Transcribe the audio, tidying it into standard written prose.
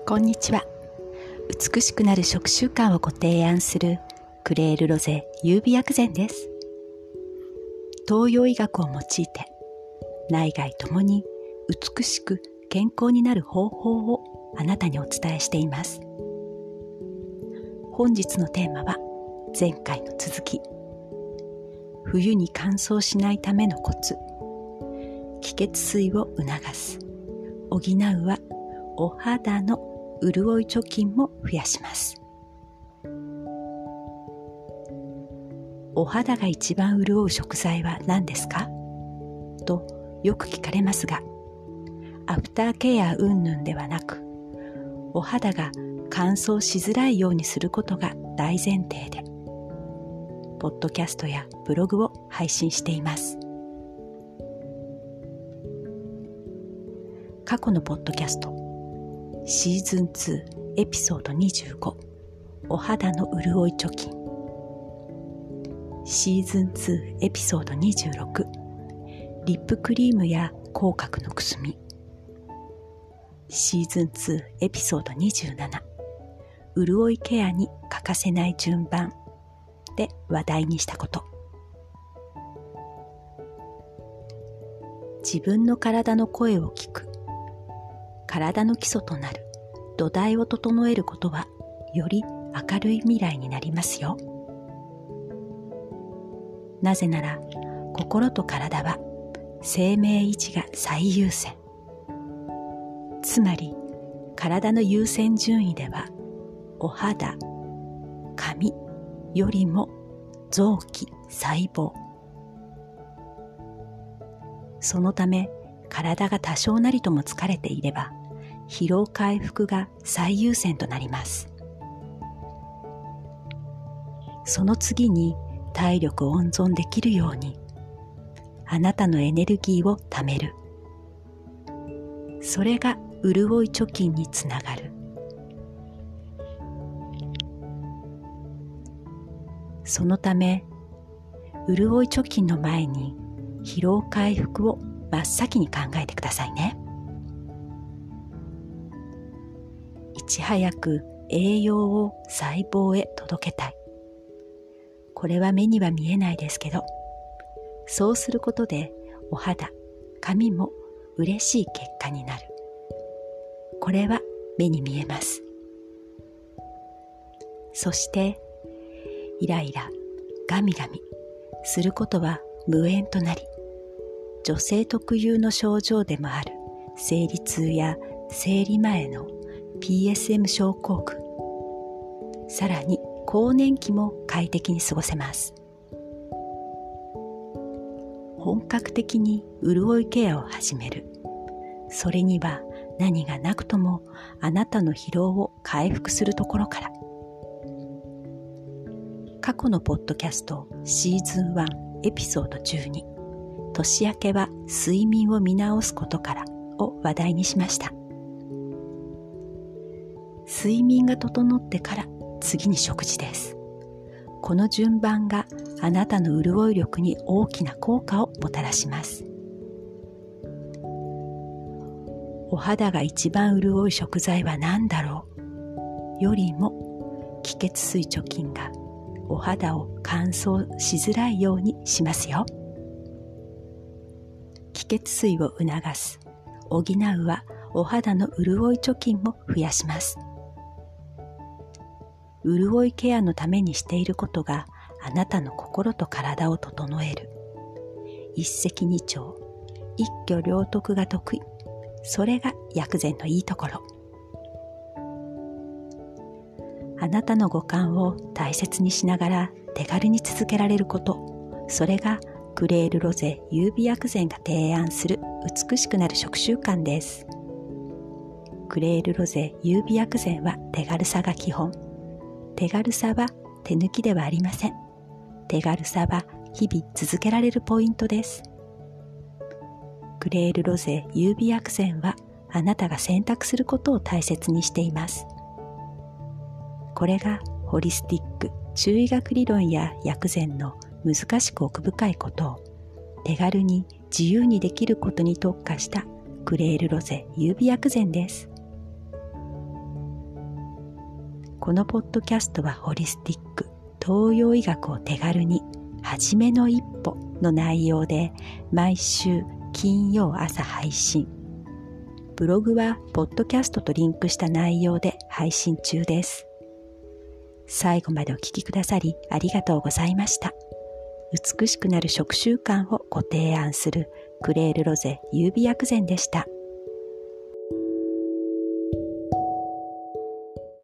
こんにちは。美しくなる食習慣をご提案するクレールロゼ優美薬膳です。東洋医学を用いて内外ともに美しく健康になる方法をあなたにお伝えしています。本日のテーマは前回の続き。冬に乾燥しないためのコツ。気血水を促す。補うはお肌の潤い貯金も増やします。お肌が一番潤う食材は何ですかとよく聞かれますが、アフターケア云々ではなく、お肌が乾燥しづらいようにすることが大前提で、ポッドキャストやブログを配信しています。過去のポッドキャストシーズン2エピソード25お肌の潤い貯金、シーズン2エピソード26リップクリームや口角のくすみ、シーズン2エピソード27潤いケアに欠かせない順番で話題にしたこと。自分の体の声を聞く、体の基礎となる土台を整えることはより明るい未来になりますよ。なぜなら心と体は生命維持が最優先。つまり体の優先順位ではお肌、髪よりも臓器、細胞。そのため体が多少なりとも疲れていれば疲労回復が最優先となります。その次に体力を温存できるようにあなたのエネルギーを貯める。それが潤い貯金につながる。そのため潤い貯金の前に疲労回復を真っ先に考えてくださいね。いち早く栄養を細胞へ届けたい。これは目には見えないですけど、そうすることでお肌、髪も嬉しい結果になる。これは目に見えます。そしてイライラ、ガミガミすることは無縁となり、女性特有の症状でもある生理痛や生理前の PSM 症候群、さらに更年期も快適に過ごせます。本格的に潤いケアを始める。それには何がなくともあなたの疲労を回復するところから。過去のポッドキャストシーズン1エピソード12年明けは睡眠を見直すことからを話題にしました。睡眠が整ってから次に食事です。この順番があなたの潤い力に大きな効果をもたらします。お肌が一番潤う食材は何だろうよりも気血水貯金がお肌を乾燥しづらいようにしますよ。気血水を促す、補うはお肌の潤い貯金も増やします。潤いケアのためにしていることがあなたの心と体を整える。一石二鳥、一挙両得が得意。それが薬膳のいいところ。あなたの五感を大切にしながら手軽に続けられること、それがクレールロゼ優美薬膳が提案する美しくなる食習慣です。クレールロゼ優美薬膳は手軽さが基本。手軽さは手抜きではありません。手軽さは日々続けられるポイントです。クレールロゼ優美薬膳はあなたが選択することを大切にしています。これがホリスティック中医学理論や薬膳の難しく奥深いことを手軽に自由にできることに特化したクレールロゼ優美薬膳です。 このポッドキャストはホリスティック、東洋医学を手軽に、はじめの一歩の内容で毎週金曜朝配信。ブログはポッドキャストとリンクした内容で配信中です。最後までお聞きくださりありがとうございました。美しくなる食習慣をご提案するクレールロゼ優美薬膳でした。